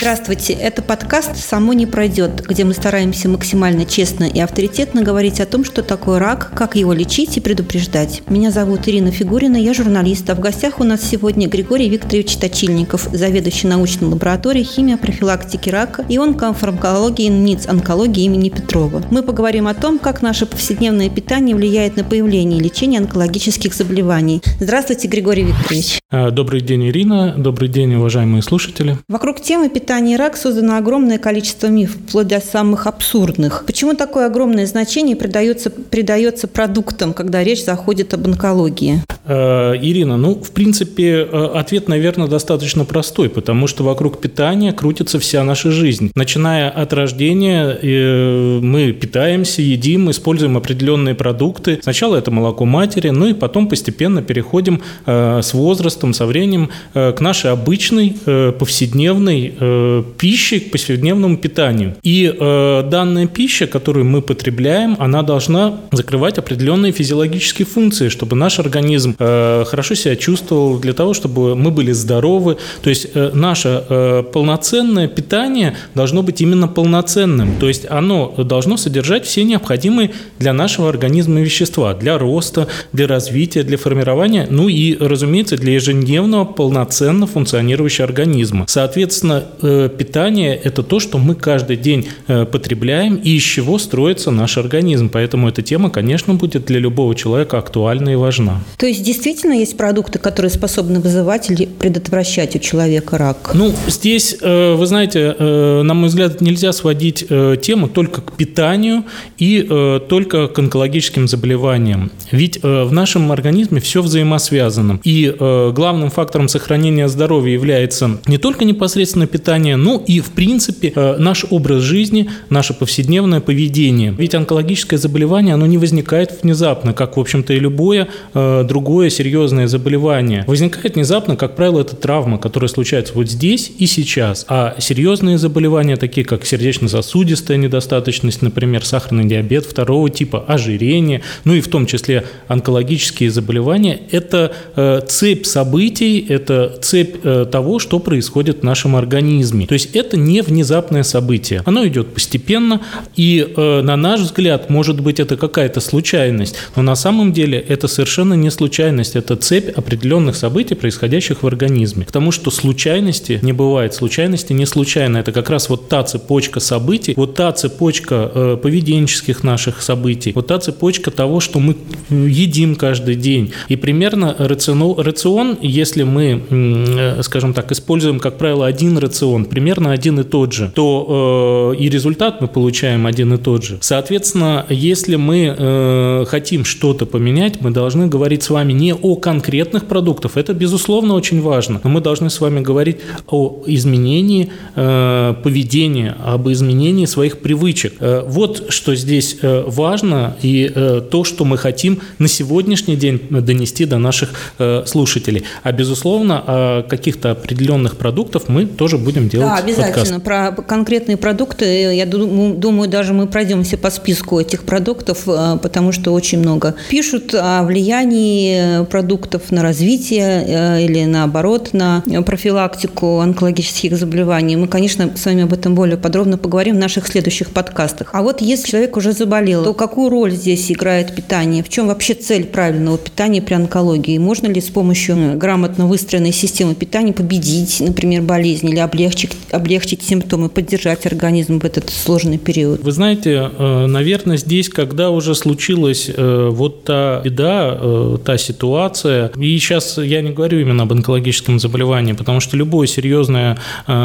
Здравствуйте, это подкаст «Само не пройдет», где мы стараемся максимально честно и авторитетно говорить о том, что такое рак, как его лечить и предупреждать. Меня зовут Ирина Фигурина, я журналист, а в гостях у нас сегодня Григорий Викторович Точильников, заведующий научной лабораторией химиопрофилактики рака и онкофармакологии НИЦ онкологии имени Петрова. Мы поговорим о том, как наше повседневное питание влияет на появление и лечение онкологических заболеваний. Здравствуйте, Григорий Викторович. Добрый день, Ирина. Добрый день, уважаемые слушатели. Вокруг темы питания и рак создано огромное количество мифов, вплоть до самых абсурдных. Почему такое огромное значение придается продуктам, когда речь заходит об онкологии? Ирина, в принципе, ответ, наверное, достаточно простой, потому что вокруг питания крутится вся наша жизнь. Начиная от рождения, мы питаемся, едим, используем определенные продукты. Сначала это молоко матери, и потом постепенно переходим с возрастом, со временем к нашей обычной повседневной пище, к повседневному питанию. И данная пища, которую мы потребляем, она должна закрывать определенные физиологические функции, чтобы наш организм хорошо себя чувствовал, для того, чтобы мы были здоровы. То есть наше полноценное питание должно быть именно полноценным. То есть оно должно содержать все необходимые для нашего организма вещества, для роста, для развития, для формирования, и, разумеется, для ежедневного полноценно функционирующего организма. Соответственно, питание – это то, что мы каждый день потребляем и из чего строится наш организм. Поэтому эта тема, конечно, будет для любого человека актуальна и важна. То есть действительно есть продукты, которые способны вызывать или предотвращать у человека рак? Здесь, вы знаете, на мой взгляд, нельзя сводить тему только к питанию и только к онкологическим заболеваниям. Ведь в нашем организме все взаимосвязано. И главным фактором сохранения здоровья является не только непосредственно питание, но и, в принципе, наш образ жизни, наше повседневное поведение. Ведь онкологическое заболевание, оно не возникает внезапно, как, в общем-то, и любое другое серьезное заболевание. Возникает внезапно, как правило, это травма, которая случается вот здесь и сейчас. А серьезные заболевания, такие как сердечно-сосудистая недостаточность, например, сахарный диабет второго типа, ожирение, и в том числе онкологические заболевания, это цепь событий, это цепь того, что происходит в нашем организме. То есть это не внезапное событие. Оно идет постепенно, и на наш взгляд, может быть, это какая-то случайность, но на самом деле это совершенно не случайность, это цепь определенных событий, происходящих в организме. Потому что случайности не бывает, случайности не случайно. Это как раз вот та цепочка событий, вот та цепочка поведенческих наших событий, вот та цепочка того, что мы едим каждый день. И примерно рацион, если мы, скажем так, используем, как правило, один рацион, примерно один и тот же, то и результат мы получаем один и тот же. Соответственно, если мы хотим что-то поменять, мы должны говорить с вами не о конкретных продуктах, это, безусловно, очень важно, но мы должны с вами говорить о изменении поведения, об изменении своих привычек. Вот что здесь важно и то, что мы хотим на сегодняшний день донести до наших слушателей. А, безусловно, о каких-то определенных продуктов мы тоже будем делать подкаст. Да, обязательно. Про конкретные продукты, я думаю, даже мы пройдемся по списку этих продуктов, потому что очень много пишут о влиянии продуктов на развитие или, наоборот, на профилактику онкологических заболеваний. Мы, конечно, с вами об этом более подробно поговорим в наших следующих подкастах. А вот если человек уже заболел, то какую роль здесь играет питание? В чем вообще цель правильного питания при онкологии? Можно ли с помощью грамотно выстроенной системы питания победить, например, болезнь или облегчить симптомы, поддержать организм в этот сложный период? Вы знаете, наверное, здесь, когда уже случилась вот та беда, та ситуация, и сейчас я не говорю именно об онкологическом заболевании, потому что любое серьезное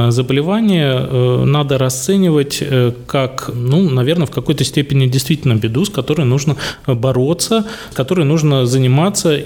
заболевание надо расценивать как, наверное, в какой-то степени действительно беду, с которой нужно бороться, с которой нужно заниматься,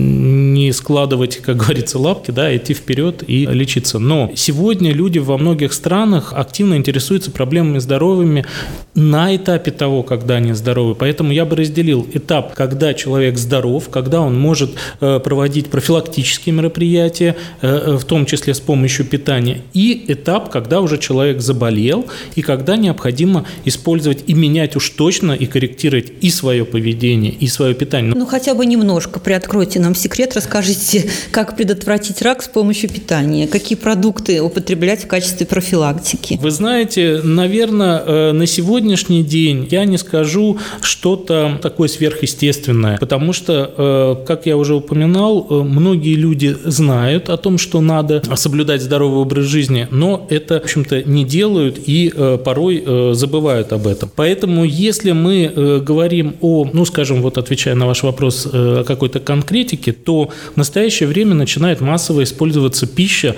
не складывать, как говорится, лапки, идти вперед и лечиться. Но сегодня люди во многих странах активно интересуются проблемами здоровья на этапе того, когда они здоровы. Поэтому я бы разделил этап, когда человек здоров, когда он может проводить профилактические мероприятия, в том числе с помощью питания, и этап, когда уже человек заболел, и когда необходимо использовать и менять уж точно, и корректировать и свое поведение, и свое питание. Хотя бы немножко приоткройте нам секрет, расскажите, как предотвратить рак с помощью питания, какие продукты употреблять употреблять в качестве профилактики? Вы знаете, наверное, на сегодняшний день я не скажу что-то такое сверхъестественное, потому что, как я уже упоминал, многие люди знают о том, что надо соблюдать здоровый образ жизни, но это, в общем-то, не делают и порой забывают об этом. Поэтому, если мы говорим о, скажем, вот отвечая на ваш вопрос о какой-то конкретике, то в настоящее время начинает массово использоваться пища,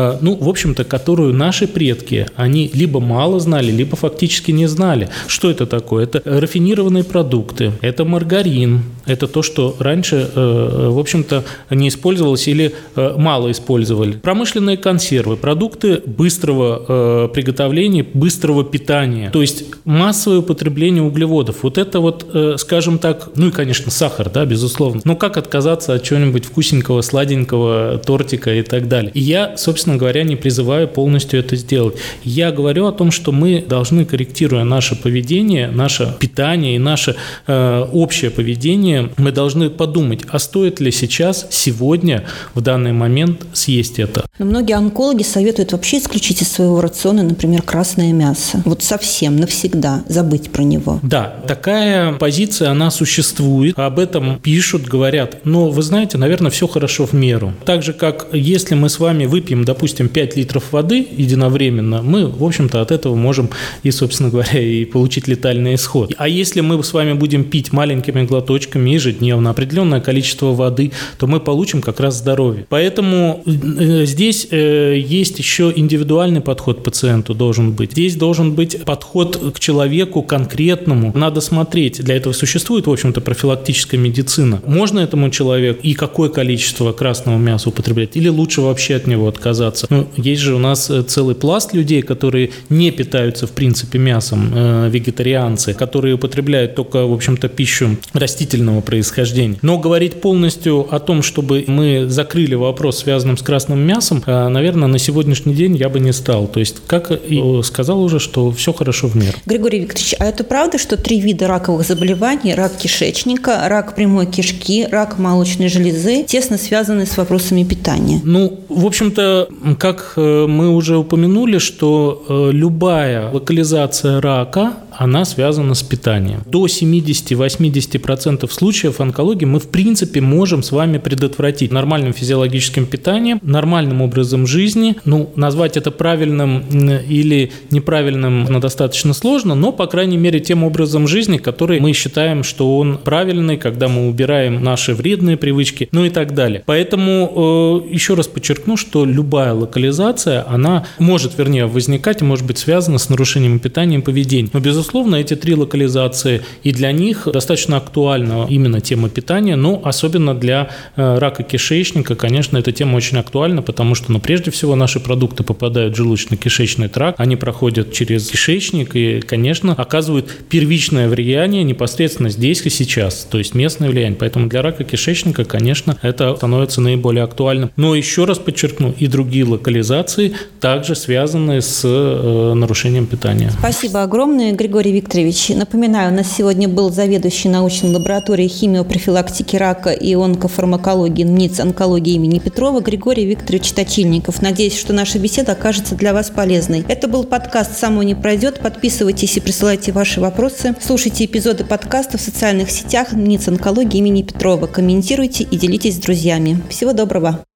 в общем-то, которую наши предки, они либо мало знали, либо фактически не знали. Что это такое? Это рафинированные продукты, это маргарин, это то, что раньше, в общем-то, не использовалось или мало использовали. Промышленные консервы, продукты быстрого приготовления, быстрого питания, то есть массовое употребление углеводов. Вот это вот, скажем так, и, конечно, сахар, да, безусловно. Но как отказаться от чего-нибудь вкусненького, сладенького, тортика и так далее? И я, собственно говоря, не призываю полностью это сделать. Я говорю о том, что мы должны, корректируя наше поведение, наше питание и наше общее поведение, мы должны подумать, а стоит ли сейчас, сегодня, в данный момент съесть это. Но многие онкологи советуют вообще исключить из своего рациона, например, красное мясо. Вот совсем, навсегда забыть про него. Да, такая позиция, она существует. Об этом пишут, говорят. Но, вы знаете, наверное, все хорошо в меру. Так же, как если мы с вами выпьем, допустим, 5 литров воды единовременно, мы, в общем-то, от этого можем и, собственно говоря, и получить летальный исход. А если мы с вами будем пить маленькими глоточками ежедневно определенное количество воды, то мы получим как раз здоровье. Поэтому здесь есть еще индивидуальный подход к пациенту должен быть. Здесь должен быть подход к человеку конкретному. Надо смотреть. Для этого существует, в общем-то, профилактическая медицина. Можно этому человеку и какое количество красного мяса употреблять, или лучше вообще от него отказаться. Есть же у нас целый пласт людей, которые не питаются, в принципе, мясом, вегетарианцы, которые употребляют только, в общем-то, пищу растительного происхождения. Но говорить полностью о том, чтобы мы закрыли вопрос, связанный с красным мясом, наверное, на сегодняшний день я бы не стал. То есть, как и сказал уже, что все хорошо в меру. Григорий Викторович, а это правда, что 3 вида раковых заболеваний, рак кишечника, рак прямой кишки, рак молочной железы, тесно связаны с вопросами питания? В общем-то, как мы уже упомянули, что любая локализация рака, она связана с питанием. До 70-80% случаев онкологии мы, в принципе, можем с вами предотвратить нормальным физиологическим питанием, нормальным образом жизни. Назвать это правильным или неправильным достаточно сложно, но, по крайней мере, тем образом жизни, который мы считаем, что он правильный, когда мы убираем наши вредные привычки, и так далее. Поэтому еще раз подчеркну, что любая локализация, она может, возникать и может быть связана с нарушением питания и поведения. Но, безусловно, эти 3 локализации, и для них достаточно актуальна именно тема питания, но особенно для рака кишечника, конечно, эта тема очень актуальна, потому что, прежде всего, наши продукты попадают в желудочно-кишечный тракт, они проходят через кишечник и, конечно, оказывают первичное влияние непосредственно здесь и сейчас, то есть местное влияние. Поэтому для рака кишечника, конечно, это становится наиболее актуальным. Но еще раз подчеркну, и другие локализации также связаны с нарушением питания. Спасибо огромное, Григорий Викторович. Напоминаю, у нас сегодня был заведующий научной лабораторией химиопрофилактики рака и онкофармакологии НИЦ онкологии имени Петрова Григорий Викторович Точильников. Надеюсь, что наша беседа окажется для вас полезной. Это был подкаст «Само не пройдет». Подписывайтесь и присылайте ваши вопросы. Слушайте эпизоды подкаста в социальных сетях НИЦ онкологии имени Петрова. Комментируйте и делитесь с друзьями. Всего доброго.